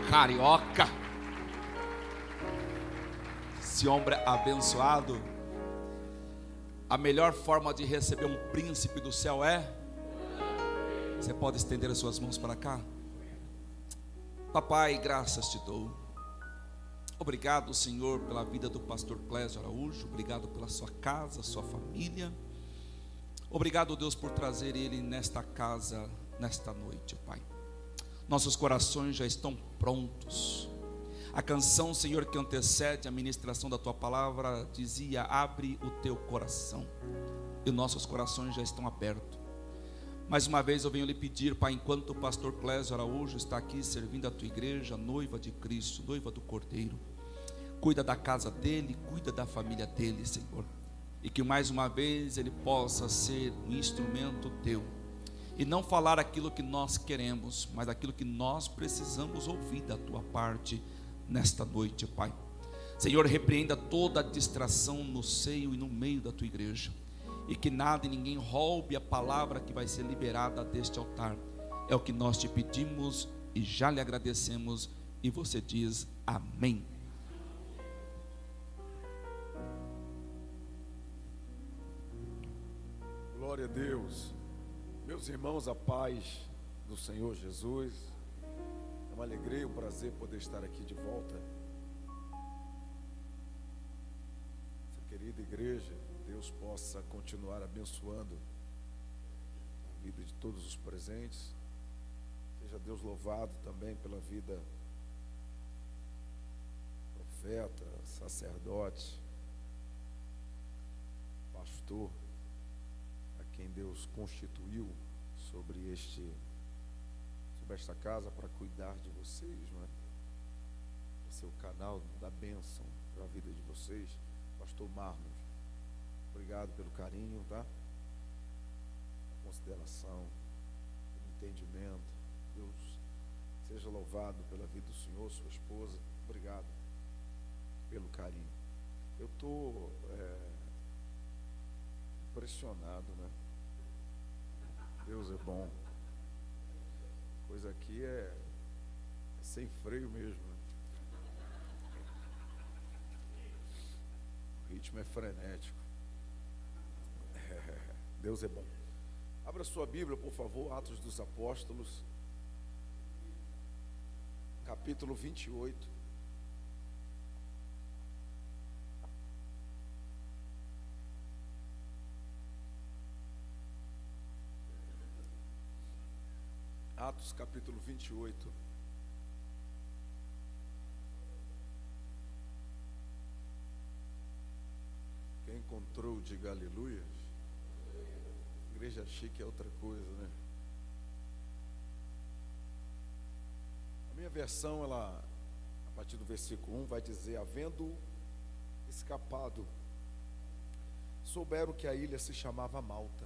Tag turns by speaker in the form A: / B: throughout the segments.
A: carioca. Esse homem abençoado. A melhor forma de receber um príncipe do céu é... Você pode estender as suas mãos para cá? Papai, graças te dou. Obrigado, Senhor, pela vida do pastor Clésio Araújo. Obrigado pela sua casa, sua família. Obrigado, Deus, por trazer ele nesta casa, nesta noite, Pai. Nossos corações já estão prontos. A canção, Senhor, que antecede a ministração da Tua palavra dizia: abre o teu coração. E nossos corações já estão abertos. Mais uma vez eu venho lhe pedir, Pai, enquanto o pastor Clésio Araújo está aqui servindo a Tua igreja, noiva de Cristo, noiva do Cordeiro, cuida da casa dele, cuida da família dele, Senhor. E que mais uma vez ele possa ser um instrumento Teu. E não falar aquilo que nós queremos, mas aquilo que nós precisamos ouvir da Tua parte nesta noite, Pai. Senhor, repreenda toda a distração no seio e no meio da Tua igreja. E que nada e ninguém roube a palavra que vai ser liberada deste altar. É o que nós te pedimos e já lhe agradecemos. E você diz amém.
B: Glória a Deus. Meus irmãos, a paz do Senhor Jesus. É uma alegria e um prazer poder estar aqui de volta. Essa querida igreja, Deus possa continuar abençoando a vida de todos os presentes. Seja Deus louvado também pela vida do profeta, sacerdote, pastor, a quem Deus constituiu sobre esta casa para cuidar de vocês, não é? Para ser o canal da bênção para a vida de vocês. Pastor Marlos, obrigado pelo carinho, tá? Consideração, pelo entendimento. Deus seja louvado pela vida do Senhor, sua esposa. Obrigado pelo carinho. Eu estou impressionado, né? Deus é bom. Coisa aqui é sem freio mesmo, né? O ritmo é frenético. Deus é bom. Abra sua Bíblia, por favor, Atos dos Apóstolos, capítulo 28. Atos capítulo 28. Quem encontrou, diga aleluia. Igreja chique é outra coisa, né? A minha versão, ela, a partir do versículo 1, vai dizer: havendo escapado, souberam que a ilha se chamava Malta.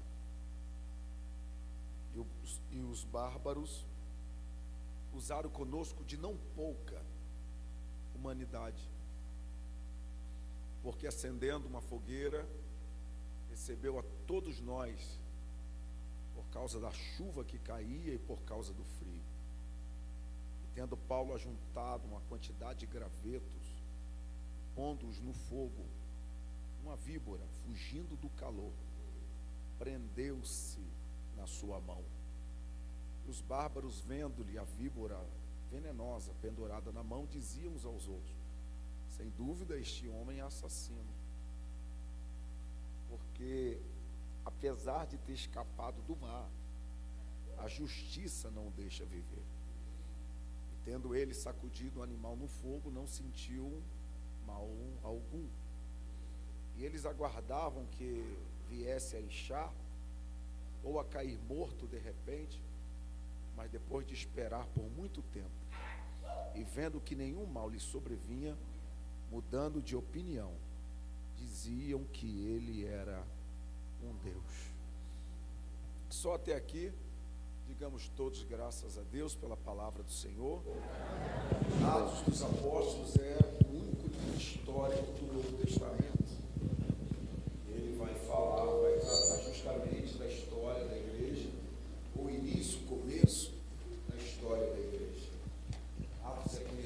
B: E os bárbaros usaram conosco de não pouca humanidade, porque acendendo uma fogueira, recebeu a todos nós, por causa da chuva que caía e por causa do frio. E tendo Paulo ajuntado uma quantidade de gravetos, pondo-os no fogo, uma víbora, fugindo do calor, prendeu-se na sua mão. E os bárbaros, vendo-lhe a víbora venenosa pendurada na mão, diziam uns aos outros: sem dúvida este homem é assassino, porque apesar de ter escapado do mar, a justiça não o deixa viver. E tendo ele sacudido o animal no fogo, não sentiu mal algum. E eles aguardavam que viesse a inchar ou a cair morto de repente, mas depois de esperar por muito tempo, e vendo que nenhum mal lhe sobrevinha, mudando de opinião, diziam que ele era um Deus. Só até aqui, digamos todos graças a Deus pela palavra do Senhor. Atos dos Apóstolos é o único livro histórico do Novo Testamento. Ele vai tratar justamente da história da igreja, o início, o começo da história da igreja. Atos é quem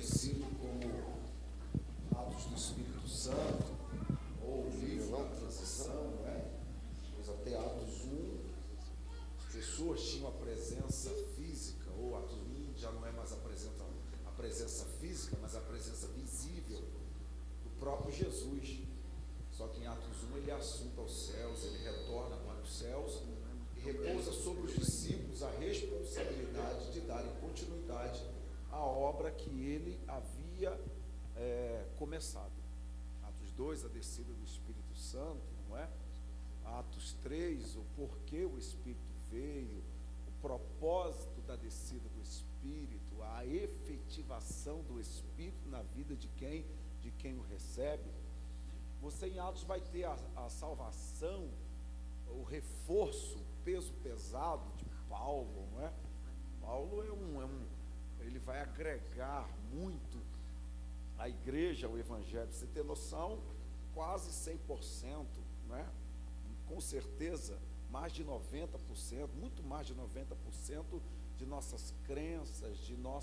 B: que ele havia começado. Atos 2, a descida do Espírito Santo, não é? Atos 3, o porquê o Espírito veio, o propósito da descida do Espírito, a efetivação do Espírito na vida de quem o recebe. Você em Atos vai ter a salvação, o reforço, o peso pesado de Paulo, não é? Paulo ele vai agregar muito à igreja, ao evangelho. Você tem noção, quase 100%, né? Com certeza, mais de 90%, muito mais de 90% de nossas crenças,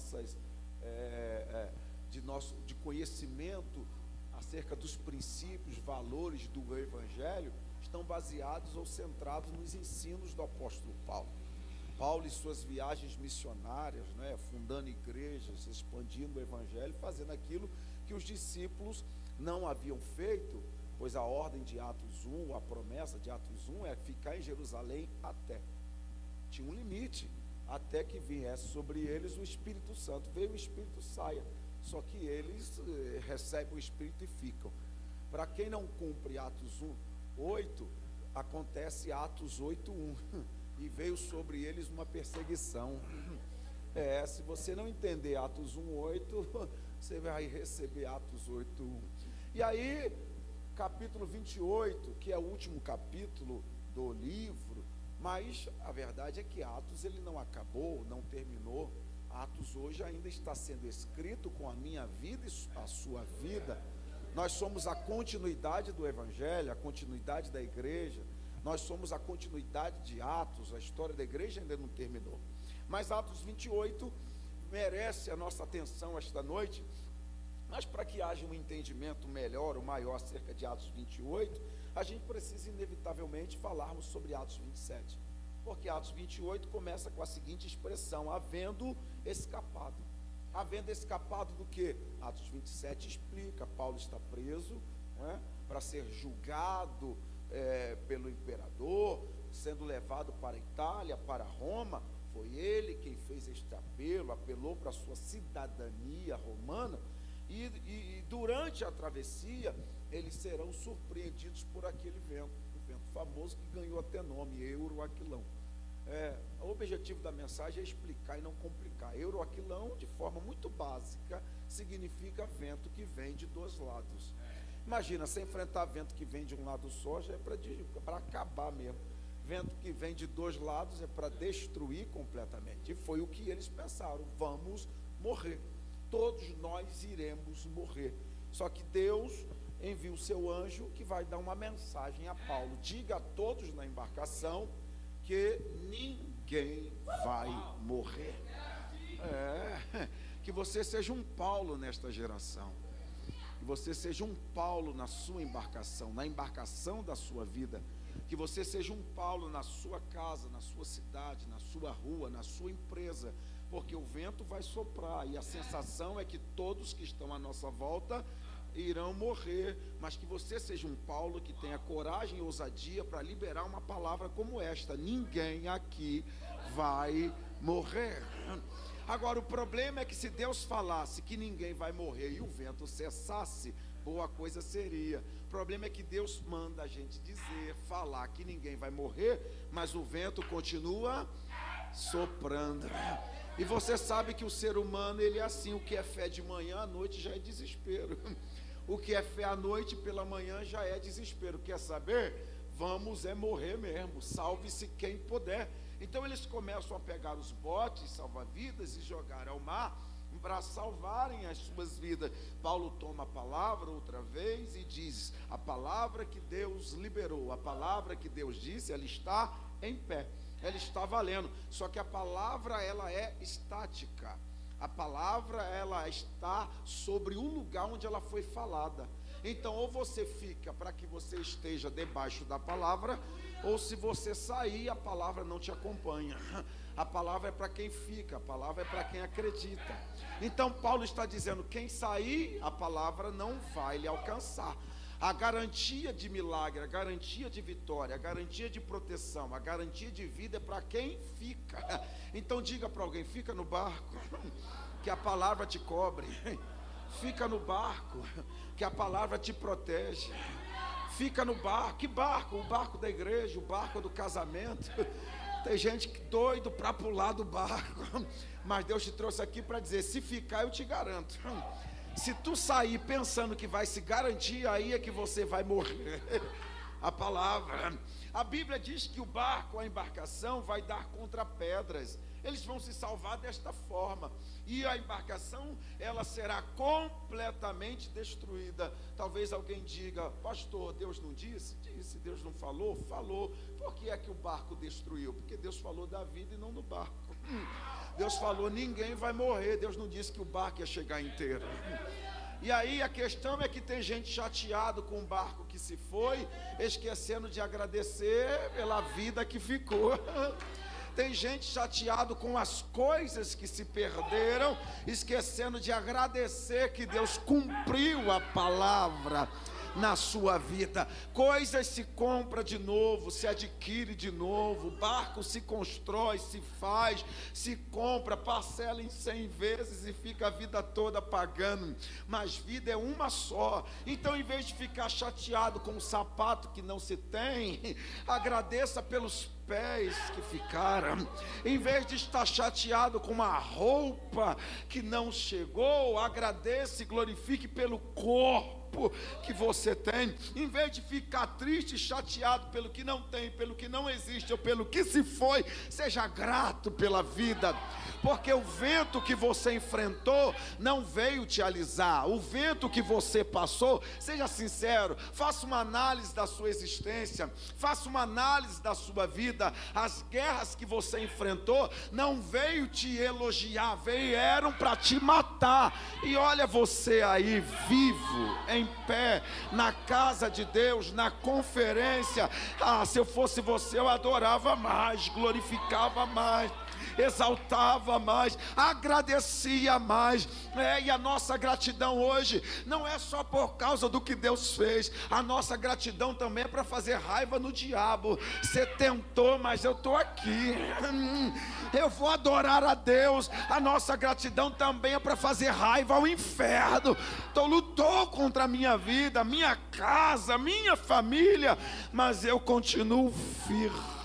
B: de conhecimento acerca dos princípios, valores do evangelho, estão baseados ou centrados nos ensinos do apóstolo Paulo. Paulo e suas viagens missionárias, né, fundando igrejas, expandindo o evangelho, fazendo aquilo que os discípulos não haviam feito, pois a ordem de Atos 1, a promessa de Atos 1 é ficar em Jerusalém até. Tinha um limite, até que viesse sobre eles o Espírito Santo. Veio o Espírito, saia. Só que eles recebem o Espírito e ficam. Para quem não cumpre Atos 1:8, acontece Atos 8:1. E veio sobre eles uma perseguição. Se você não entender Atos 1:8, você vai receber Atos 8:1. E aí, capítulo 28, que é o último capítulo do livro, mas a verdade é que Atos ele não acabou, não terminou. Atos hoje ainda está sendo escrito com a minha vida e a sua vida. Nós somos a continuidade do evangelho, a continuidade da igreja. Nós somos a continuidade de Atos. A história da igreja ainda não terminou. Mas Atos 28 merece a nossa atenção esta noite. Mas para que haja um entendimento melhor ou maior acerca de Atos 28, a gente precisa inevitavelmente falarmos sobre Atos 27. Porque Atos 28 começa com a seguinte expressão: havendo escapado. Havendo escapado do que? Atos 27 explica, Paulo está preso, né, para ser julgado pelo imperador, sendo levado para a Itália, para Roma. Foi ele quem fez este apelo, apelou para a sua cidadania romana. E durante a travessia, eles serão surpreendidos por aquele vento, o vento famoso que ganhou até nome, Euroaquilão. O objetivo da mensagem é explicar e não complicar. Euroaquilão, de forma muito básica, significa vento que vem de dois lados. Imagina, se enfrentar vento que vem de um lado só, já é para acabar mesmo. Vento que vem de dois lados é para destruir completamente. E foi o que eles pensaram: vamos morrer. Todos nós iremos morrer. Só que Deus envia o seu anjo que vai dar uma mensagem a Paulo: diga a todos na embarcação que ninguém vai morrer. Que você seja um Paulo nesta geração. Que você seja um Paulo na sua embarcação, na embarcação da sua vida. Que você seja um Paulo na sua casa, na sua cidade, na sua rua, na sua empresa. Porque o vento vai soprar e a sensação é que todos que estão à nossa volta irão morrer, mas que você seja um Paulo que tenha coragem e ousadia para liberar uma palavra como esta: ninguém aqui vai morrer. Agora, o problema é que se Deus falasse que ninguém vai morrer e o vento cessasse, boa coisa seria. O problema é que Deus manda a gente dizer, falar que ninguém vai morrer, mas o vento continua soprando. E você sabe que o ser humano, ele é assim: o que é fé de manhã, à noite já é desespero. O que é fé à noite, pela manhã já é desespero. Quer saber? Vamos morrer mesmo, salve-se quem puder. Então eles começam a pegar os botes salva-vidas e jogar ao mar para salvarem as suas vidas. Paulo toma a palavra outra vez e diz: a palavra que Deus liberou, a palavra que Deus disse, ela está em pé, ela está valendo. Só que a palavra, ela é estática. A palavra, ela está sobre o lugar onde ela foi falada. Então, ou você fica para que você esteja debaixo da palavra, ou se você sair, a palavra não te acompanha. A palavra é para quem fica, a palavra é para quem acredita. Então Paulo está dizendo: quem sair, a palavra não vai lhe alcançar. A garantia de milagre, a garantia de vitória, a garantia de proteção, a garantia de vida é para quem fica. Então diga para alguém: fica no barco, que a palavra te cobre. Fica no barco, que a palavra te protege. Fica no barco. Que barco? O barco da igreja, o barco do casamento. Tem gente doido para pular do barco, mas Deus te trouxe aqui para dizer: se ficar, eu te garanto. Se tu sair pensando que vai se garantir, aí é que você vai morrer. A palavra, a Bíblia diz que o barco, a embarcação, vai dar contra pedras. Eles vão se salvar desta forma. E a embarcação, ela será completamente destruída. Talvez alguém diga: pastor, Deus não disse? Disse. Deus não falou? Falou. Por que é que o barco destruiu? Porque Deus falou da vida e não do barco. Deus falou: ninguém vai morrer. Deus não disse que o barco ia chegar inteiro. E aí a questão é que tem gente chateado com o barco que se foi, esquecendo de agradecer pela vida que ficou. Tem gente chateado com as coisas que se perderam, esquecendo de agradecer que Deus cumpriu a palavra na sua vida. Coisas se compra de novo, se adquire de novo, barco se constrói, se faz, se compra, parcela em 100 vezes e fica a vida toda pagando, mas vida é uma só. Então, em vez de ficar chateado com o sapato que não se tem, agradeça pelos pés que ficaram. Em vez de estar chateado com uma roupa que não chegou, agradeça e glorifique pelo corpo que você tem. Em vez de ficar triste e chateado pelo que não tem, pelo que não existe ou pelo que se foi, seja grato pela vida, porque o vento que você enfrentou não veio te alisar. O vento que você passou, seja sincero, faça uma análise da sua existência, faça uma análise da sua vida. As guerras que você enfrentou não veio te elogiar, vieram para te matar. E olha você aí, vivo, em pé, na casa de Deus, na conferência. Se eu fosse você, eu adorava mais, glorificava mais, exaltava mais, agradecia mais. E a nossa gratidão hoje não é só por causa do que Deus fez. A nossa gratidão também é para fazer raiva no diabo. Você tentou, mas eu estou aqui, eu vou adorar a Deus. A nossa gratidão também é para fazer raiva ao inferno. Então lutou contra a minha vida, minha casa, minha família, mas eu continuo firme.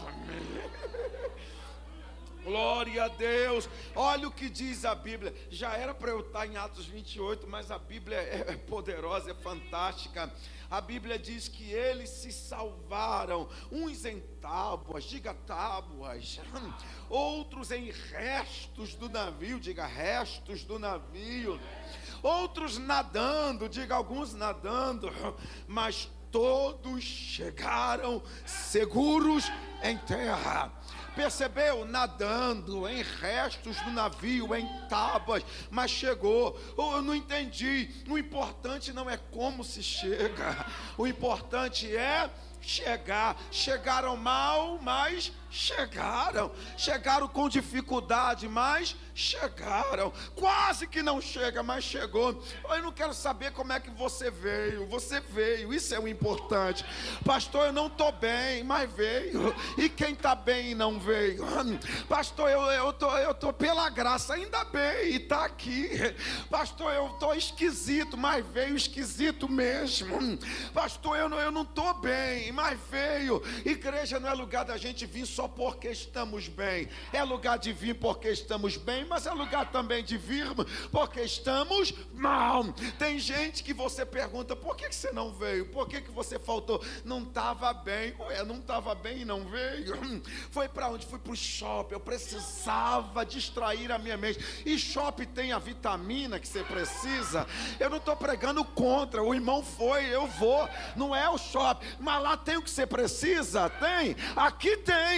B: Glória a Deus. Olha o que diz a Bíblia. Já era para eu estar em Atos 28, mas a Bíblia é poderosa, é fantástica. A Bíblia diz que eles se salvaram, uns em tábuas, diga tábuas, outros em restos do navio, diga restos do navio, outros nadando, diga alguns nadando, mas todos chegaram seguros em terra. Percebeu? Nadando, em restos do navio, em tábuas, mas chegou. Eu não entendi. O importante não é como se chega, o importante é chegar. Chegaram mal, mas chegaram. Chegaram com dificuldade, mas chegaram. Quase que não chega, mas chegou. Eu não quero saber como é que você veio. Você veio, isso é o importante. Pastor, eu não estou bem, mas veio. E quem está bem e não veio? Pastor, eu tô pela graça, ainda bem, e está aqui. Pastor, eu estou esquisito, mas veio esquisito mesmo. Pastor, eu não estou bem, mas veio. Igreja não é lugar da gente vir só porque estamos bem. É lugar de vir porque estamos bem, mas é lugar também de vir porque estamos mal. Tem gente que você pergunta: por que você não veio? Por que você faltou? Não estava bem. Ué, não estava bem e não veio? Foi para onde? Fui para o shopping. Eu precisava distrair a minha mente. E shopping tem a vitamina que você precisa. Eu não estou pregando contra. O irmão foi, eu vou. Não é o shopping, mas lá tem o que você precisa? Tem? Aqui tem.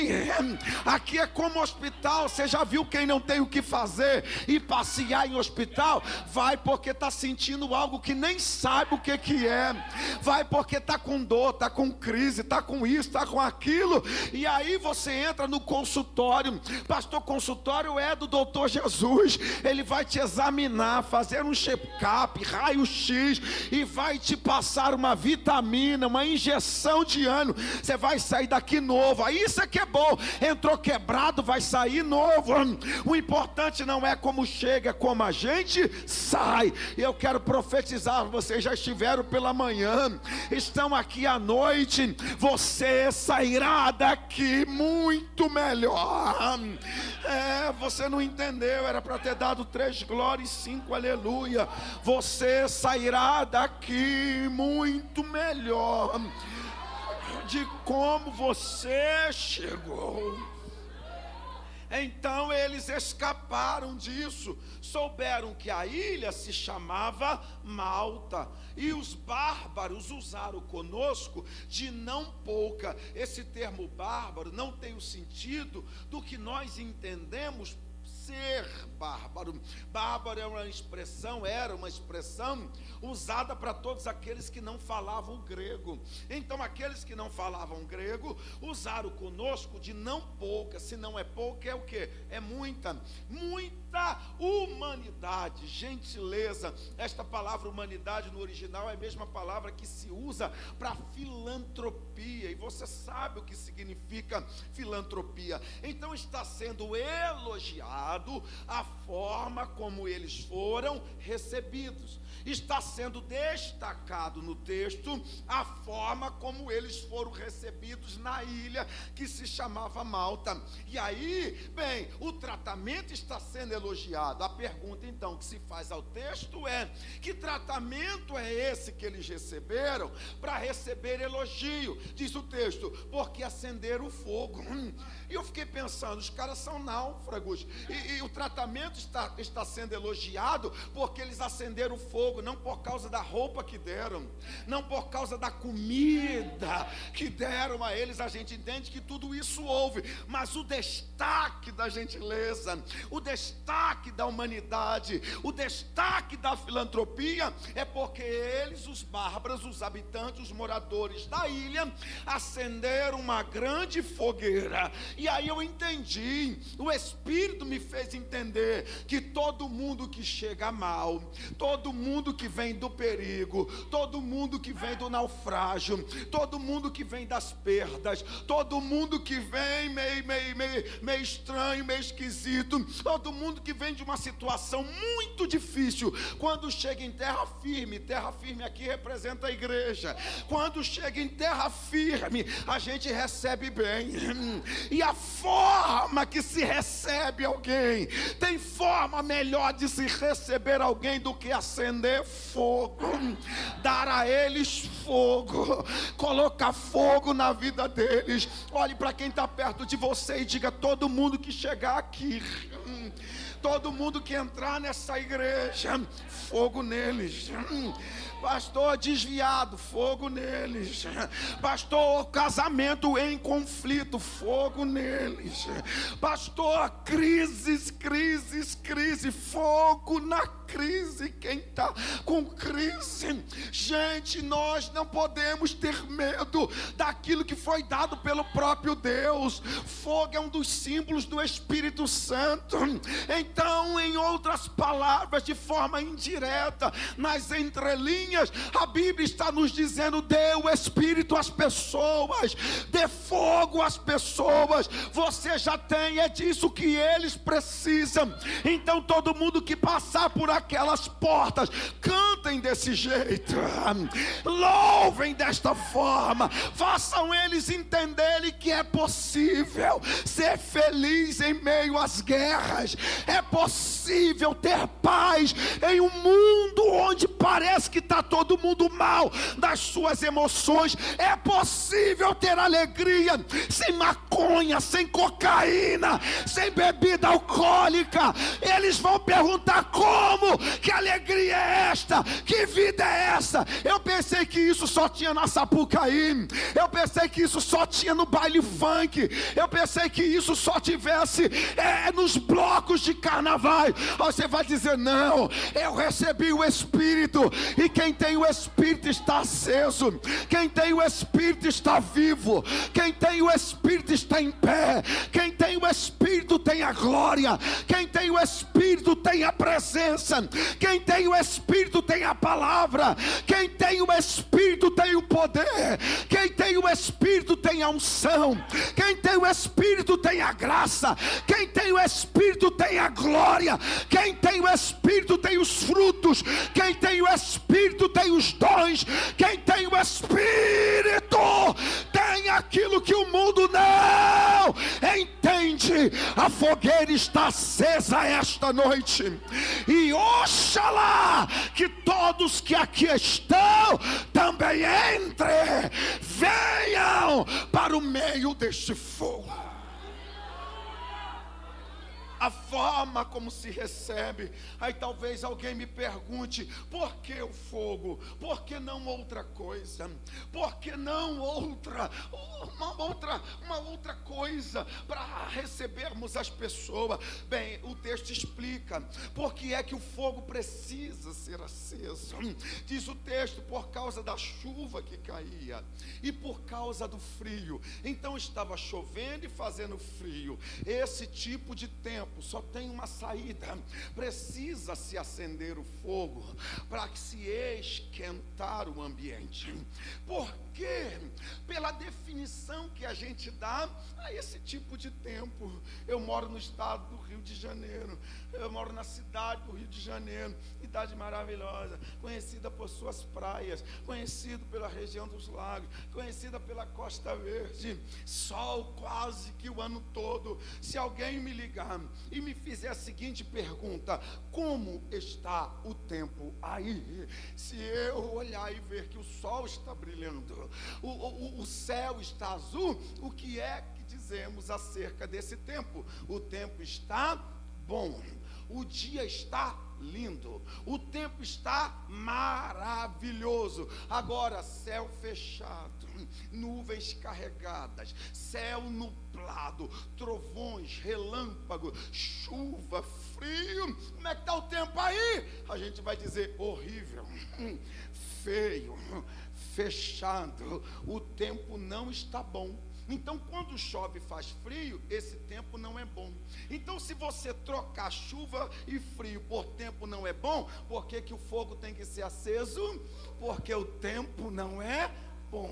B: Aqui é como hospital. Você já viu quem não tem o que fazer e passear em hospital? Vai porque está sentindo algo que nem sabe o que é. Vai porque está com dor, está com crise, está com isso, está com aquilo. E aí você entra no consultório. Pastor, consultório é do doutor Jesus. Ele vai te examinar, fazer um check-up, raio-x, e vai te passar uma vitamina, uma injeção de ânimo. Você vai sair daqui novo. Aí isso é que é bom. Entrou quebrado, vai sair novo. O importante não é como chega, é como a gente sai. E eu quero profetizar, vocês já estiveram pela manhã, estão aqui à noite, você sairá daqui muito melhor. Você não entendeu, era para ter dado 3 glórias e 5 aleluia. Você sairá daqui muito melhor de como você chegou. Então eles escaparam disso, souberam que a ilha se chamava Malta, e os bárbaros usaram conosco de não pouca. Esse termo bárbaro não tem o sentido do que nós entendemos ser bárbaro. Bárbaro era uma expressão usada para todos aqueles que não falavam grego. Então aqueles que não falavam grego usaram conosco de não pouca. Se não é pouca, é o quê? É muita humanidade, gentileza. Esta palavra humanidade no original é a mesma palavra que se usa para filantropia, e você sabe o que significa filantropia. Então está sendo elogiado a forma como eles foram recebidos. Está sendo destacado no texto a forma como eles foram recebidos na ilha que se chamava Malta. E aí, bem, o tratamento está sendo elogiado. A pergunta então que se faz ao texto é: que tratamento é esse que eles receberam para receber elogio? Diz o texto: porque acenderam o fogo. E eu fiquei pensando, os caras são náufragos, e o tratamento está sendo elogiado porque eles acenderam o fogo, não por causa da roupa que deram, não por causa da comida que deram a eles. A gente entende que tudo isso houve, mas o destaque da gentileza, o destaque da humanidade, o destaque da filantropia é porque eles, os bárbaros, os habitantes, os moradores da ilha, acenderam uma grande fogueira. E aí eu entendi, o Espírito me fez entender que todo mundo que chega mal, todo mundo que vem do perigo, todo mundo que vem do naufrágio, todo mundo que vem das perdas, todo mundo que vem meio estranho, meio esquisito, todo mundo que vem de uma situação muito difícil, quando chega em terra firme aqui representa a igreja, quando chega em terra firme, a gente recebe bem. E a forma que se recebe alguém, tem forma melhor de se receber alguém do que acender fogo, dar a eles fogo, colocar fogo na vida deles. Olhe para quem está perto de você e diga: todo mundo que chegar aqui, todo mundo que entrar nessa igreja, fogo neles. Pastor, desviado, fogo neles. Pastor, casamento em conflito, fogo neles. Pastor, crises, fogo na crise. Quem está com crise? Gente, nós não podemos ter medo daquilo que foi dado pelo próprio Deus. Fogo é um dos símbolos do Espírito Santo. Então, em outras palavras, de forma indireta, nas entrelinhas, a Bíblia está nos dizendo: dê o Espírito às pessoas, dê fogo às pessoas. Você já tem, é disso que eles precisam. Então todo mundo que passar por aquelas portas, cantem desse jeito, louvem desta forma, façam eles entenderem que é possível ser feliz em meio às guerras, é possível ter paz em um mundo onde parece que está todo mundo mal das suas emoções, é possível ter alegria sem maconha, sem cocaína, sem bebida alcoólica. Eles vão perguntar: como? Que alegria é esta? Que vida é essa? Eu pensei que isso só tinha na Sapucaí, eu pensei que isso só tinha no baile funk, eu pensei que isso só tivesse nos blocos de carnaval. Você vai dizer: não, eu recebi o Espírito, e quem tem o Espírito está aceso, quem tem o Espírito está vivo, quem tem o Espírito está em pé, quem tem o Espírito tem a glória, quem tem o Espírito tem a presença, quem tem o Espírito tem a palavra, quem tem o Espírito tem o poder, quem tem o Espírito tem a unção, quem tem o Espírito tem a graça, quem tem o Espírito tem a glória, quem tem o Espírito tem os frutos, quem tem o Espírito tem os dons, quem tem o Espírito tem aquilo que o mundo não entende. A fogueira está acesa esta noite, e oxalá que todos que aqui estão também entrem, venham para o meio deste fogo. A forma como se recebe. Aí talvez alguém me pergunte: por que o fogo? Por que não outra coisa? Por que não uma outra coisa para recebermos as pessoas? Bem, o texto explica por que é que o fogo precisa ser aceso. Diz o texto: por causa da chuva que caía e por causa do frio. Então estava chovendo e fazendo frio. Esse tipo de tempo só tem uma saída: precisa se acender o fogo para que se esquentar o ambiente. Porque pela definição que a gente dá a esse tipo de tempo, eu moro no estado do Rio de Janeiro, eu moro na cidade do Rio de Janeiro, cidade maravilhosa, conhecida por suas praias, conhecido pela região dos lagos, conhecida pela Costa Verde, sol quase que o ano todo. Se alguém me ligar e me fizer a seguinte pergunta: como está o tempo aí? Se eu olhar e ver que o sol está brilhando, o céu está azul, o que é que dizemos acerca desse tempo? O tempo está bom, o dia está lindo, o tempo está maravilhoso. Agora, céu fechado, nuvens carregadas, céu nublado, trovões, relâmpagos, chuva, frio. Como é que está o tempo aí? A gente vai dizer: horrível, feio, fechado. O tempo não está bom. Então, quando chove e faz frio, esse tempo não é bom. Então, se você trocar chuva e frio por tempo não é bom, por que que o fogo tem que ser aceso? Porque o tempo não é bom.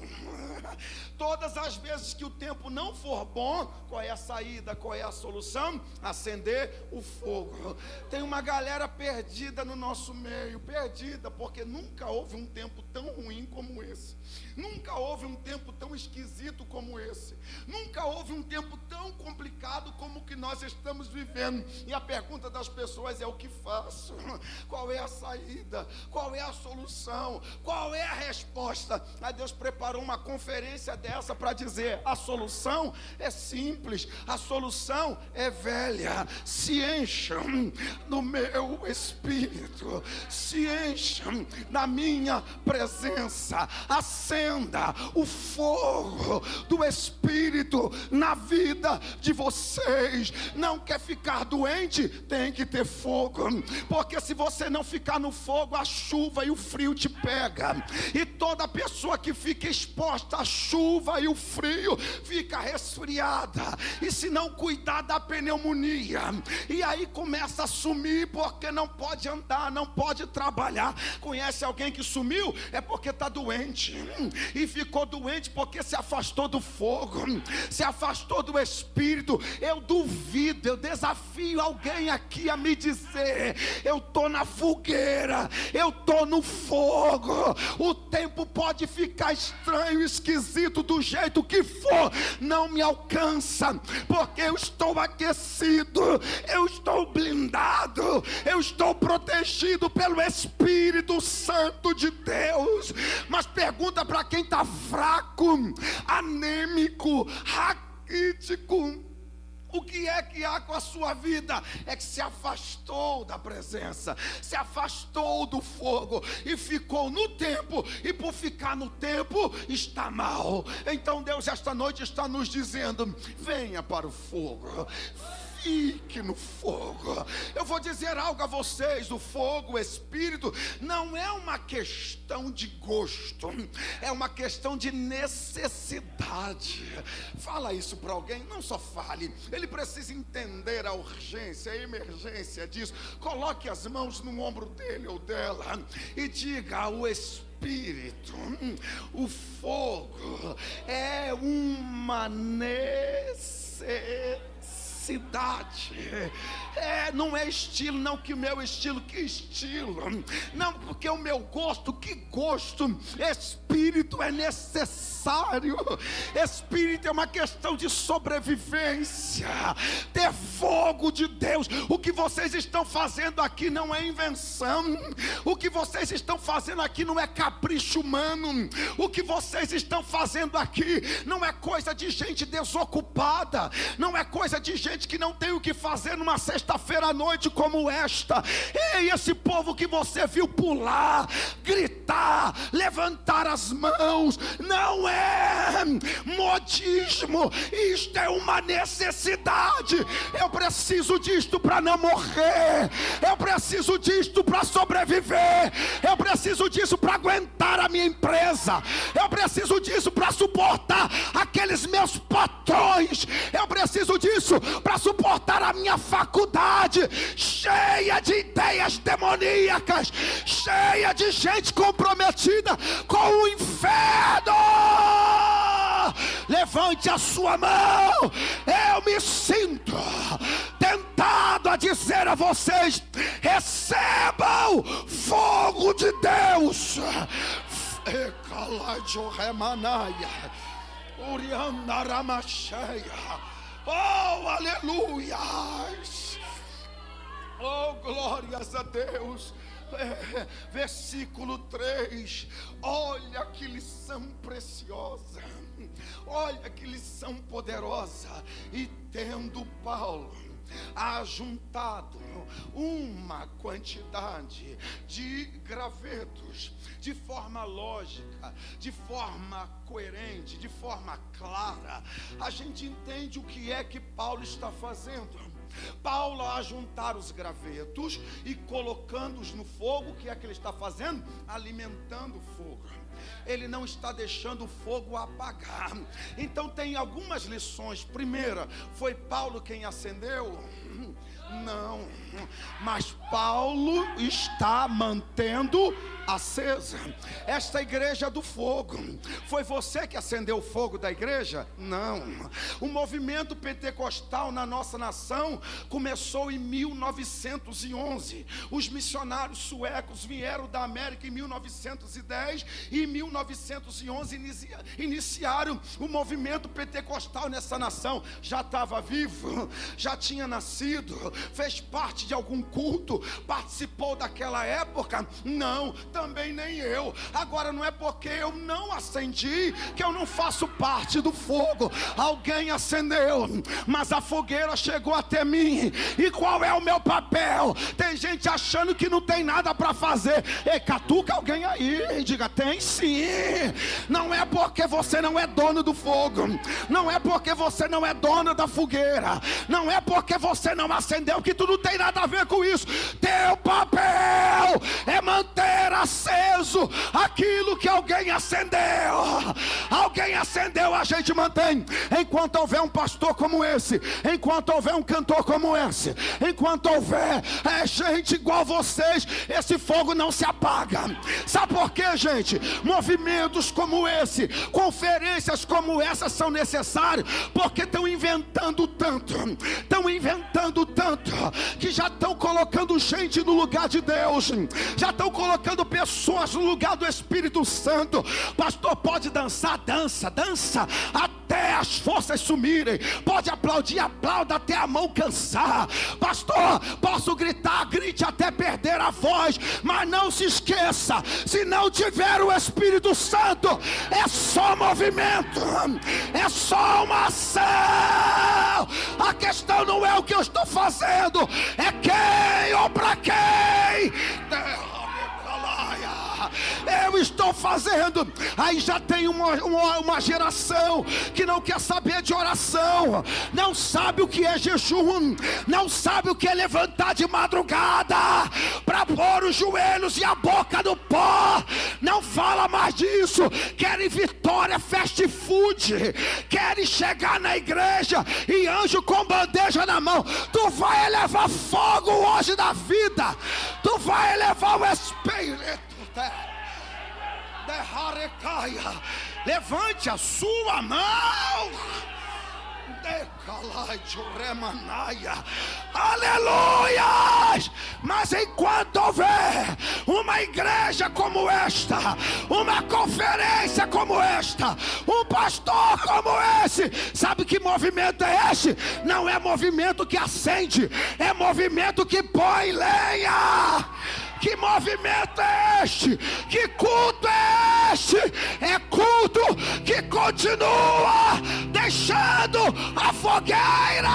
B: Todas as vezes que o tempo não for bom, qual é a saída, qual é a solução? Acender o fogo. Tem uma galera perdida no nosso meio, perdida porque nunca houve um tempo tão ruim como esse, nunca houve um tempo tão esquisito como esse, nunca houve um tempo tão complicado como o que nós estamos vivendo. E a pergunta das pessoas é: o que faço? Qual é a saída? Qual é a solução? Qual é a resposta? Aí Deus preparou uma conferência dessa para dizer: a solução é simples, a solução é velha. Se encham no meu Espírito, se encham na minha presença, acenda o fogo do Espírito na vida de vocês. Não quer ficar doente? Tem que ter fogo, porque se você não ficar no fogo, a chuva e o frio te pega, e toda pessoa que fica exposta à chuva e o frio fica resfriada, e se não cuidar da pneumonia, e aí começa a sumir porque não pode andar, não pode trabalhar. Conhece alguém que sumiu? É porque está doente, e ficou doente porque se afastou do fogo, se afastou do Espírito. Eu duvido, eu desafio alguém aqui a me dizer: eu estou na fogueira, eu estou no fogo. O tempo pode ficar estranho, esquisito, do jeito que for, não me alcança, porque eu estou aquecido, eu estou blindado, eu estou protegido pelo Espírito Santo de Deus. Mas pergunta para quem está fraco, anêmico, raquítico: O que é que há com a sua vida? É que se afastou da presença, se afastou do fogo e ficou no tempo, e por ficar no tempo está mal. Então Deus esta noite está nos dizendo: venha para o fogo, fique no fogo. Eu vou dizer algo a vocês: o fogo, o Espírito, não é uma questão de gosto, é uma questão de necessidade. Fala isso para alguém, não só fale, ele precisa entender a urgência, a emergência disso. Coloque as mãos no ombro dele ou dela e diga ao Espírito: o fogo é uma necessidade. Não é estilo, não que o meu estilo, que estilo? Não porque o meu gosto, que gosto? Espírito é necessário. Espírito é uma questão de sobrevivência. Ter fogo de Deus. O que vocês estão fazendo aqui não é invenção. O que vocês estão fazendo aqui não é capricho humano. O que vocês estão fazendo aqui não é coisa de gente desocupada. Não é coisa de gente que não tem o que fazer numa sexta-feira à noite como esta. Ei, esse povo que você viu pular, gritar, levantar as mãos, não é modismo, isto é uma necessidade. Eu preciso disto para não morrer, eu preciso disto para sobreviver, eu preciso disso para aguentar a minha empresa, eu preciso disso para suportar aqueles meus patrões, eu preciso disso para suportar a minha faculdade, cheia de ideias demoníacas, cheia de gente comprometida com o inferno. Levante a sua mão. Eu me sinto tentado a dizer a vocês: recebam fogo de Deus. Oh, aleluia! Oh, glórias a Deus! Versículo 3. Olha que lição preciosa, olha que lição poderosa. E tendo Paulo ajuntado uma quantidade de gravetos, de forma lógica, de forma coerente, de forma clara, a gente entende o que é que Paulo está fazendo. Paulo, a juntar os gravetos e colocando-os no fogo, o que é que ele está fazendo? Alimentando o fogo. Ele não está deixando o fogo apagar. Então tem algumas lições. Primeira, foi Paulo quem acendeu? Não, mas Paulo está mantendo acesa esta igreja do fogo. Foi você que acendeu o fogo da igreja? Não. O movimento pentecostal na nossa nação começou em 1911. Os missionários suecos vieram da América em 1910 e em 1911 iniciaram o movimento pentecostal nessa nação. Já estava vivo, já tinha nascido, fez parte de algum culto, participou daquela época? Não, também nem eu. Agora não é porque eu não acendi que eu não faço parte do fogo. Alguém acendeu, mas a fogueira chegou até mim. E qual é o meu papel? Tem gente achando que não tem nada para fazer. Ei, catuca alguém aí e diga: tem sim. Não é porque você não é dono do fogo, não é porque você não é dono da fogueira, não é porque você não acendeu que tu não tem nada a ver com isso. Teu papel é manter aceso aquilo que alguém acendeu. Alguém acendeu, a gente mantém. Enquanto houver um pastor como esse, enquanto houver um cantor como esse, enquanto houver gente igual vocês, esse fogo não se apaga. Sabe por quê, gente? Movimentos como esse, conferências como essa são necessárias, porque estão inventando tanto, que já estão colocando gente no lugar de Deus, já estão colocando pessoas no lugar do Espírito Santo. Pastor, pode dançar? Dança até as forças sumirem. Pode aplaudir? Aplauda até a mão cansar. Pastor, posso gritar? Grite até perder a
C: a voz, mas não se esqueça, se não tiver o Espírito Santo, é só movimento, é só uma ação. A questão não é o que eu estou fazendo, é quem ou para quem eu estou fazendo. Aí já tem uma geração que não quer saber de oração, não sabe o que é jejum, não sabe o que é levantar de madrugada para pôr os joelhos e a boca no pó, não fala mais disso. Querem vitória fast food, querem chegar na igreja e anjo com bandeja na mão. Tu vai elevar fogo hoje da vida, tu vai elevar o Espírito. Levante a sua mão. Aleluia! Mas enquanto houver uma igreja como esta, uma conferência como esta, um pastor como esse, sabe que movimento é esse? Não é movimento que acende, é movimento que põe lenha. Que movimento é este? Que culto é este? É culto que continua deixando a fogueira.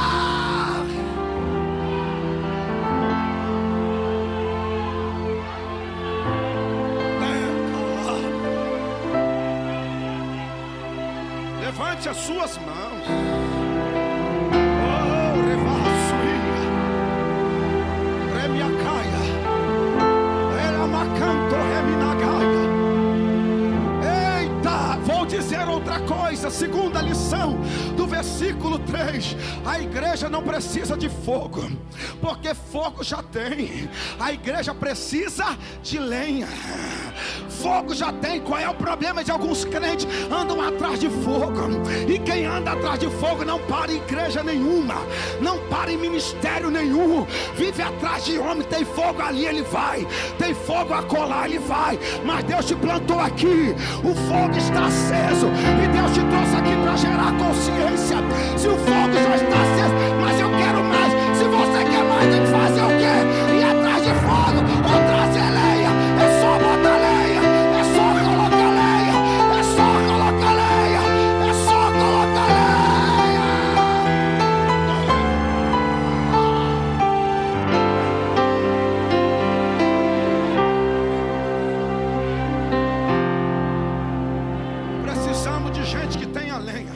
C: Levante as suas mãos. Oh, revaçuia, remiacaia. Eita, vou dizer outra coisa. Segunda lição do versículo 3: a igreja não precisa de fogo, porque fogo já tem. A igreja precisa de lenha. Fogo já tem. Qual é o problema de alguns crentes? Andam atrás de fogo. E quem anda atrás de fogo não para em igreja nenhuma, não para em ministério nenhum. Vive atrás de homem. Tem fogo ali, ele vai. Tem fogo acolá, ele vai. Mas Deus te plantou aqui, o fogo está aceso, e Deus te trouxe aqui para gerar consciência. Se o fogo já está aceso, mas eu quero mais. Se você quer mais, tem que fazer o quê? Ir atrás de fogo ou trazer lenha. É só botar lenha, é só colocar lenha, é só colocar lenha, é só colocar lenha. Precisamos de gente que tenha lenha.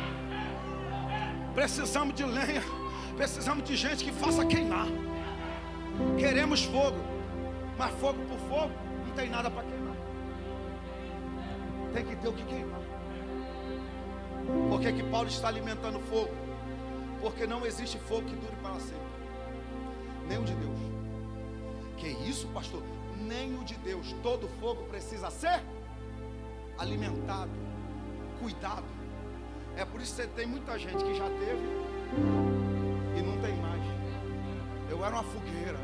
C: Precisamos de lenha. Precisamos de gente que faça queimar. Queremos fogo, mas fogo por fogo não tem nada para queimar. Tem que ter o que queimar. Por que Paulo está alimentando fogo? Porque não existe fogo que dure para sempre. Nem o de Deus. Que isso, pastor? Nem o de Deus. Todo fogo precisa ser alimentado, cuidado. É por isso que você tem muita gente que já teve e não tem mais. Eu era uma fogueira,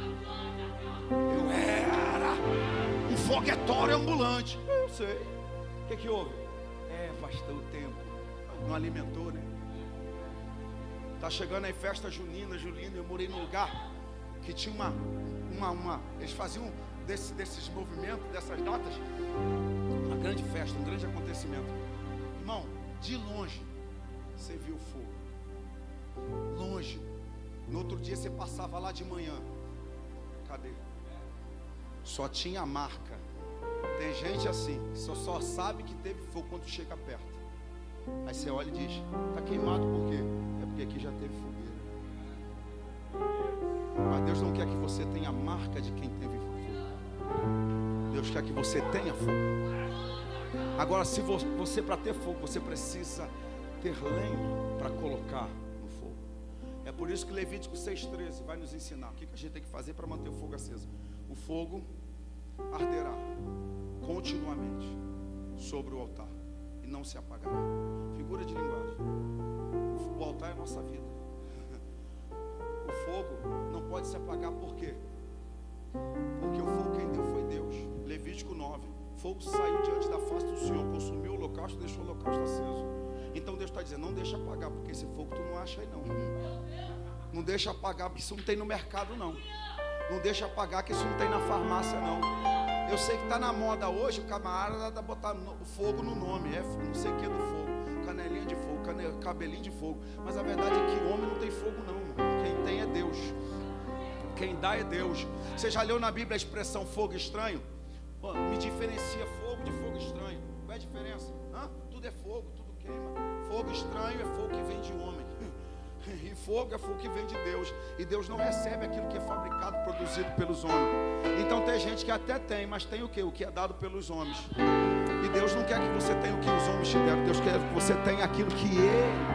C: eu era um foguetório ambulante. Eu sei. O que houve? Faz tanto tempo. Não alimentou, né? Tá chegando aí festa junina. Eu morei num lugar que tinha uma eles faziam desses movimentos, dessas datas, uma grande festa, um grande acontecimento. Irmão, de longe você viu o fogo. Longe. No outro dia você passava lá de manhã. Cadê? Só tinha a marca. Tem gente assim, que só sabe que teve fogo quando chega perto. Aí você olha e diz: está queimado por quê? É porque aqui já teve fogueira. Mas Deus não quer que você tenha a marca de quem teve fogo. Deus quer que você tenha fogo. Agora, se você para ter fogo, você precisa ter lenha para colocar no fogo. É por isso que Levítico 6,13 vai nos ensinar o que a gente tem que fazer para manter o fogo aceso. O fogo arderá continuamente sobre o altar e não se apagará. Figura de linguagem. O altar é a nossa vida. O fogo não pode se apagar. Por quê? Porque o fogo quem deu foi Deus. Levítico 9: fogo saiu diante da face do Senhor, consumiu o holocausto e deixou o holocausto aceso. Então Deus está dizendo: não deixa apagar, porque esse fogo tu não acha aí não. Não deixa apagar, porque isso não tem no mercado não. Não deixa apagar, que isso não tem na farmácia não. Eu sei que está na moda hoje o camarada botar fogo no nome, não sei o que do fogo, canelinha de fogo, cabelinho de fogo. Mas a verdade é que homem não tem fogo não, irmão. Quem tem é Deus. Quem dá é Deus. Você já leu na Bíblia a expressão fogo estranho? Me diferencia fogo de fogo estranho. Qual é a diferença? Tudo é fogo, tudo queima. Fogo estranho é fogo que vem de homem. E fogo é fogo que vem de Deus. E Deus não recebe aquilo que é fabricado, produzido pelos homens. Então tem gente que até tem, mas tem o quê? O que é dado pelos homens. E Deus não quer que você tenha o que os homens te deram. Deus quer que você tenha aquilo que Ele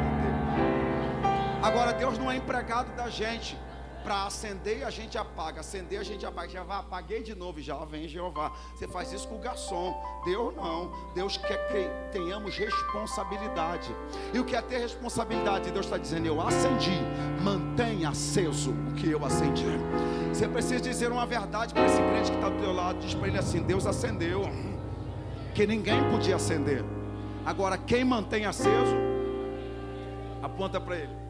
C: deu. Agora Deus não é empregado da gente para acender e a gente apaga, acender a gente apaga, já vai, apaguei de novo, já vem Jeová. Você faz isso com o garçom. Deus não. Deus quer que tenhamos responsabilidade. E o que é ter responsabilidade? Deus está dizendo: eu acendi, mantenha aceso o que eu acendi. Você precisa dizer uma verdade para esse crente que está do teu lado. Diz para ele assim: Deus acendeu, que ninguém podia acender. Agora quem mantém aceso, aponta para ele.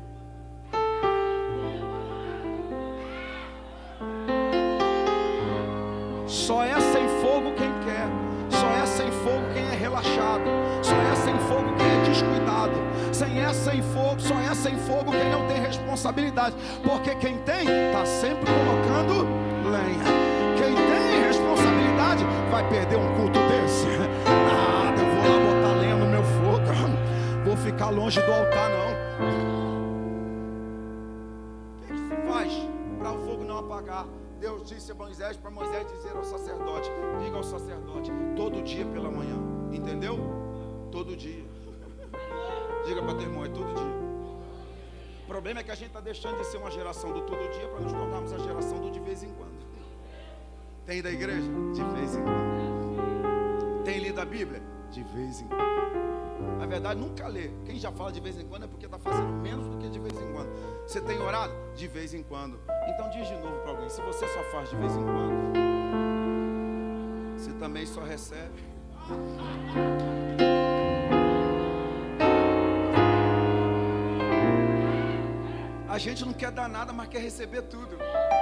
C: Só é sem fogo quem quer. Só é sem fogo quem é relaxado. Só é sem fogo quem é descuidado. Só é sem fogo quem não tem responsabilidade. Porque quem tem, está sempre colocando lenha. Quem tem responsabilidade vai perder um culto desse. Nada, eu vou lá botar lenha no meu fogo. Vou ficar longe do altar não. O que se faz para o fogo não apagar? Deus disse a Moisés, para Moisés dizer ao sacerdote: diga ao sacerdote, todo dia pela manhã. Entendeu? Todo dia. Diga para teu irmão, é todo dia. O problema é que a gente está deixando de ser uma geração do todo dia para nos tornarmos a geração do de vez em quando. Tem ido à igreja? De vez em quando. Tem lido a Bíblia? De vez em quando. Na verdade, nunca lê. Quem já fala de vez em quando é porque está fazendo menos do que de vez em quando. Você tem orado? De vez em quando. Então diz de novo para alguém: se você só faz de vez em quando, você também só recebe. A gente não quer dar nada, mas quer receber tudo.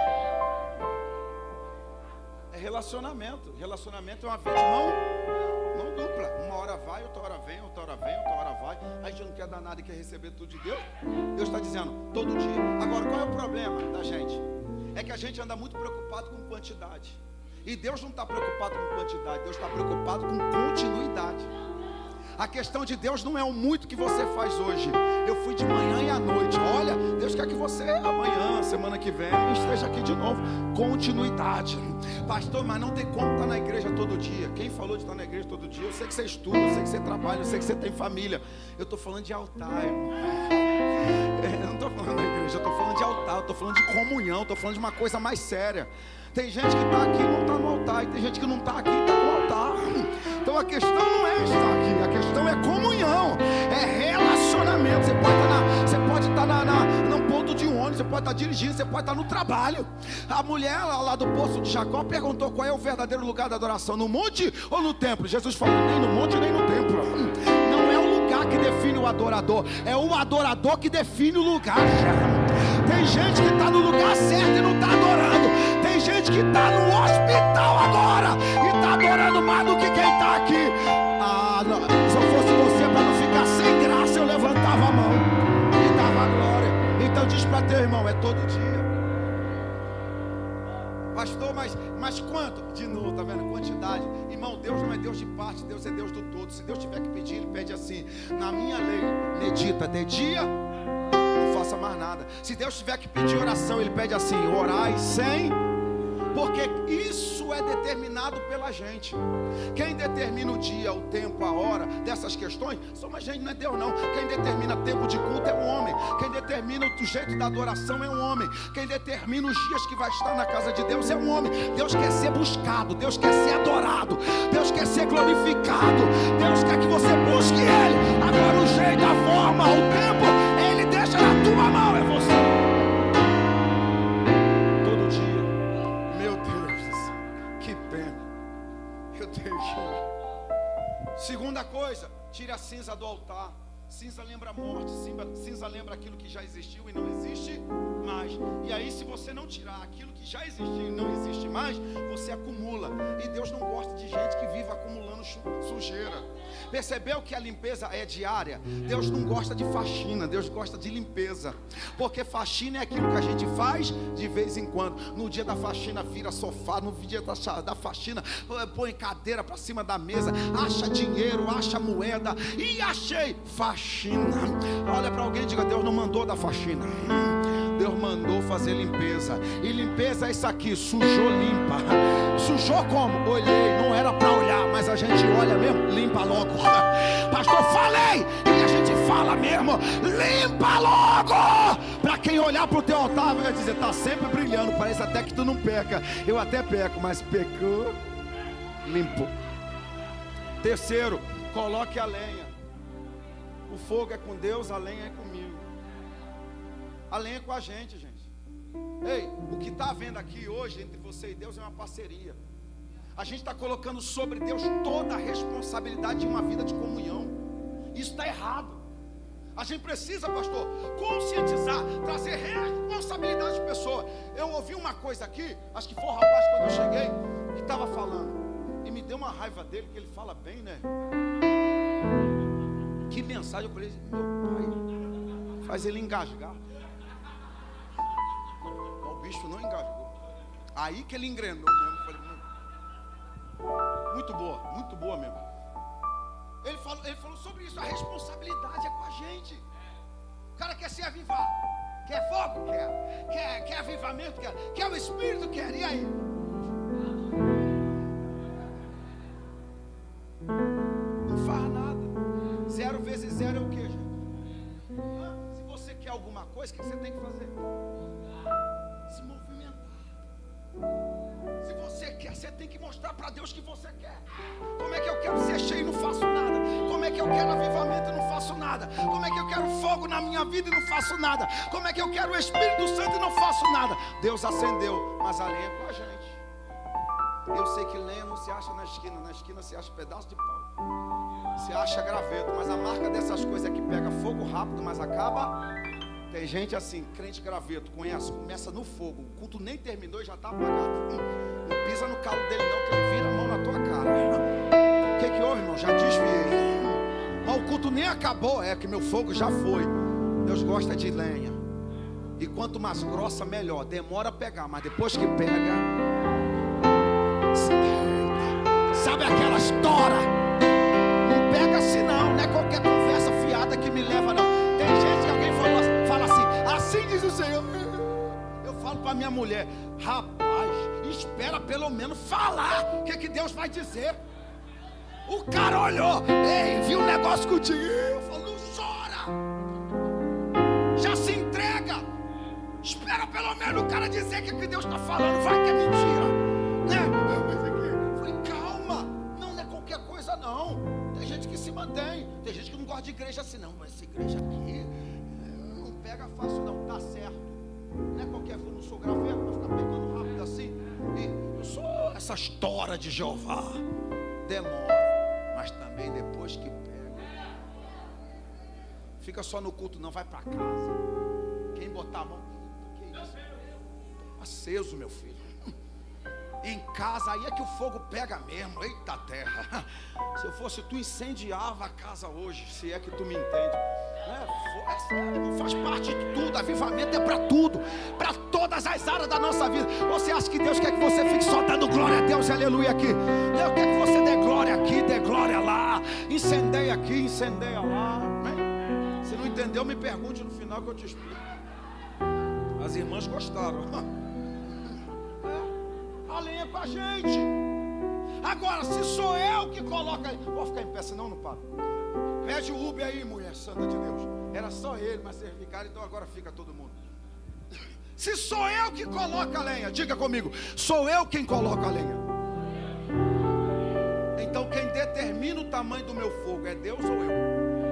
C: É relacionamento. Relacionamento é uma vez de mão dupla. Uma hora vai, outra hora vem, outra hora vem, outra hora vai. A gente não quer dar nada e quer receber tudo de Deus. Deus está dizendo, todo dia. Agora, qual é o problema da gente? É que a gente anda muito preocupado com quantidade. E Deus não está preocupado com quantidade. Deus está preocupado com continuidade. A questão de Deus não é o muito que você faz hoje. Eu fui de manhã e à noite. Olha, Deus quer que você amanhã, semana que vem, esteja aqui de novo. Continuidade. Pastor, mas não tem como estar na igreja todo dia. Quem falou de estar na igreja todo dia? Eu sei que você estuda, eu sei que você trabalha, eu sei que você tem família. Eu estou falando de altar, irmão. Eu não estou falando da igreja, eu estou falando de altar, eu estou falando de comunhão, estou falando de uma coisa mais séria. Tem gente que está aqui e não está no altar, e tem gente que não está aqui e está no altar. Então a questão não é estar aqui, a questão é comunhão, é relacionamento. Você pode estar num ponto de ônibus, você pode estar dirigindo, você pode estar no trabalho. A mulher lá do poço de Jacó perguntou qual é o verdadeiro lugar da adoração, no monte ou no templo? Jesus falou, nem no monte nem no templo. Não é o lugar que define o adorador, é o adorador que define o lugar. Tem gente que está no lugar certo e não está adorando. Tem gente que está no hospital agora e está adorando mais do que quem está aqui. Não. Se eu fosse você, para não ficar sem graça, eu levantava a mão e dava glória. Então diz para teu irmão, é todo dia. Pastor, mas quanto? De novo, tá vendo? Quantidade. Irmão, Deus não é Deus de parte, Deus é Deus do todo. Se Deus tiver que pedir, Ele pede assim: na minha lei, medita de dia, não faça mais nada. Se Deus tiver que pedir oração, Ele pede assim: orai sem. Porque isso é determinado pela gente. Quem determina o dia, o tempo, a hora dessas questões somos a gente, não é Deus não. Quem determina tempo de culto é o homem. Quem determina o jeito da adoração é o homem. Quem determina os dias que vai estar na casa de Deus é o homem. Deus quer ser buscado, Deus quer ser adorado, Deus quer ser glorificado, Deus quer que você busque Ele. Agora o jeito, a forma, o tempo, Ele deixa na tua mão, é você. Segunda coisa, tire a cinza do altar. Cinza lembra a morte, cinza lembra aquilo que já existiu e não existe mais. E aí, se você não tirar aquilo que já existiu e não existe mais, você acumula. E Deus não gosta de gente que vive acumulando sujeira. Percebeu que a limpeza é diária? Deus não gosta de faxina, Deus gosta de limpeza. Porque faxina é aquilo que a gente faz de vez em quando. No dia da faxina vira sofá, no dia da faxina põe cadeira para cima da mesa, acha dinheiro, acha moeda, e achei faxina. Olha para alguém e diga: Deus não mandou dar faxina, Deus mandou fazer limpeza. E limpeza é isso aqui: sujou, limpa. Sujou como? Olhei, não era para olhar, mas a gente olha mesmo, limpa logo. Pastor, falei, e a gente fala mesmo, limpa logo. Para quem olhar para o teu altar vai dizer: está sempre brilhando, parece até que tu não peca. Eu até peco, mas pecou, limpo. Terceiro, coloque a lenha. O fogo é com Deus, a lenha é comigo. A lenha é com a gente, gente. Ei, o que está havendo aqui hoje entre você e Deus é uma parceria. A gente está colocando sobre Deus toda a responsabilidade de uma vida de comunhão. Isso está errado. A gente precisa, pastor, conscientizar, trazer responsabilidade de pessoa. Eu ouvi uma coisa aqui, acho que foi o rapaz quando eu cheguei, que estava falando, e me deu uma raiva dele, que ele fala bem, né? Que mensagem, eu falei: meu pai, faz ele engasgar. O bicho não engasgou. Aí que ele engrenou mesmo. Eu falei: muito boa mesmo. Ele falou sobre isso, a responsabilidade é com a gente. O cara quer se avivar, quer fogo, quer avivamento, quer o Espírito, quer, e aí? Não faz nada. 0 vezes 0 é o que, gente? Se você quer alguma coisa, o que você tem que fazer? Se movimentar. Se você quer, você tem que mostrar para Deus que você quer. Como é que eu quero ser cheio e não faço nada? Como é que eu quero avivamento e não faço nada? Como é que eu quero fogo na minha vida e não faço nada? Como é que eu quero o Espírito Santo e não faço nada? Deus acendeu, mas a lenha é com a gente. Eu sei que lenha não se acha na esquina se acha pedaço de pau, se acha graveto, mas a marca dessas coisas é que pega fogo rápido, mas acaba. Tem gente assim, crente graveto, conhece, começa no fogo, o culto nem terminou e já está apagado. Não pisa no calo dele não, que ele vira a mão na tua cara. O que houve, irmão? Já desviei. Mas o culto nem acabou, é que meu fogo já foi. Deus gosta de lenha. E quanto mais grossa, melhor. Demora a pegar, mas depois que pega, sabe aquela história? Não pega assim não é qualquer conversa fiada que me leva não. Tem gente que alguém fala assim diz o Senhor. Eu falo para minha mulher: rapaz, espera pelo menos falar o que Deus vai dizer. O cara olhou, ei, viu um negócio contigo. Eu falo: não chora, já se entrega, espera pelo menos o cara dizer o que Deus está falando. Vai que é mentira, né? Eu falei: calma, não é qualquer coisa não. Tem gente que se mantém, tem gente que não gosta de igreja assim não, mas essa igreja aqui não pega fácil não, tá certo. Não é qualquer coisa, eu não sou graveto para ficar pegando rápido assim. E eu sou essa história de Jeová. Demora, mas também depois que pega, fica só no culto não, vai para casa. Quem botar a mão, que isso? Tô aceso, meu filho. Em casa, aí é que o fogo pega mesmo. Eita terra, se eu fosse tu, incendiava a casa hoje, se é que tu me entende. É sério, faz parte de tudo. Avivamento é para tudo, para todas as áreas da nossa vida. Você acha que Deus quer que você fique só dando glória a Deus e aleluia aqui? Deus quer que você dê glória aqui, dê glória lá, incendeia aqui, incendeia lá. Se não entendeu, me pergunte no final que eu te explico. As irmãs gostaram. A lenha é com a gente. Agora, se sou eu que coloca, vou ficar em pé, senão não paro. Pede o Uber aí, mulher santa de Deus. Era só ele, mas vocês ficaram, então agora fica todo mundo. Se sou eu que coloco a lenha, diga comigo: sou eu quem coloca a lenha. Então quem determina o tamanho do meu fogo é Deus ou eu?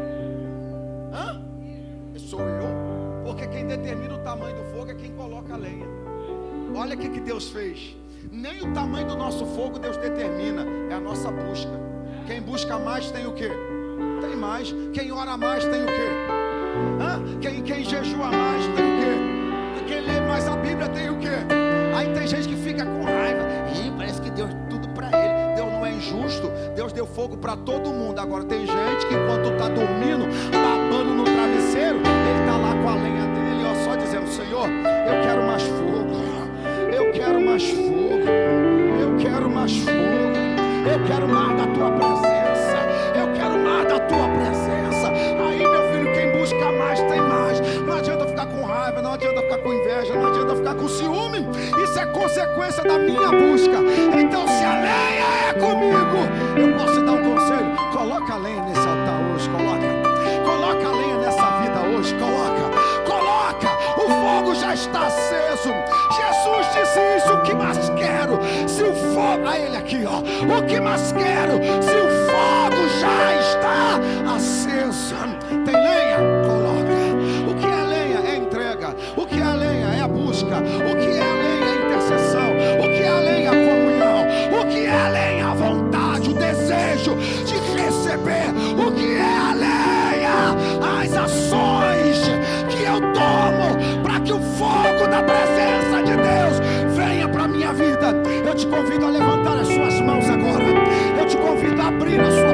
C: Sou eu? Porque quem determina o tamanho do fogo é quem coloca a lenha. Olha o que Deus fez. Nem o tamanho do nosso fogo Deus determina, é a nossa busca. Quem busca mais tem o quê? Tem mais. Quem ora mais tem o quê? Quem jejua mais tem o quê? Quem lê mais a Bíblia tem o quê? Aí tem gente que fica com raiva. Ih, parece que Deus tudo para ele. Deus não é injusto. Deus deu fogo para todo mundo. Agora tem gente que enquanto está dormindo, babando no travesseiro, ele está lá com a lenha dele, ó, só dizendo: Senhor, eu quero mais fogo. Eu quero mais fogo. Eu quero mais fogo. Eu quero mais da tua presença. Eu quero mais da tua presença. Aí, meu filho, quem busca mais tem mais. Não adianta ficar com raiva, não adianta ficar com inveja, não adianta ficar com ciúme. Isso é consequência da minha busca. Então, se a lenha é comigo, eu posso te dar um conselho: coloca a lenha nesse altar hoje, coloca a lenha nessa vida hoje, coloca, o fogo já está aceso. Jesus disse isso: o que mais quero, se o fogo, a ele aqui, ó, o que mais quero, se o fogo já está aceso. Tem lenha? Coloca. O que é lenha? É entrega. O que é lenha? É a busca. O que é lenha? É a intercessão. O que é lenha? A comunhão. O que é lenha? A vontade, o desejo de receber. O que é a lenha? As ações que eu tomo para que o fogo da presença de Deus venha para a minha vida. Eu te convido a levantar as suas mãos agora. Eu te convido a abrir as suas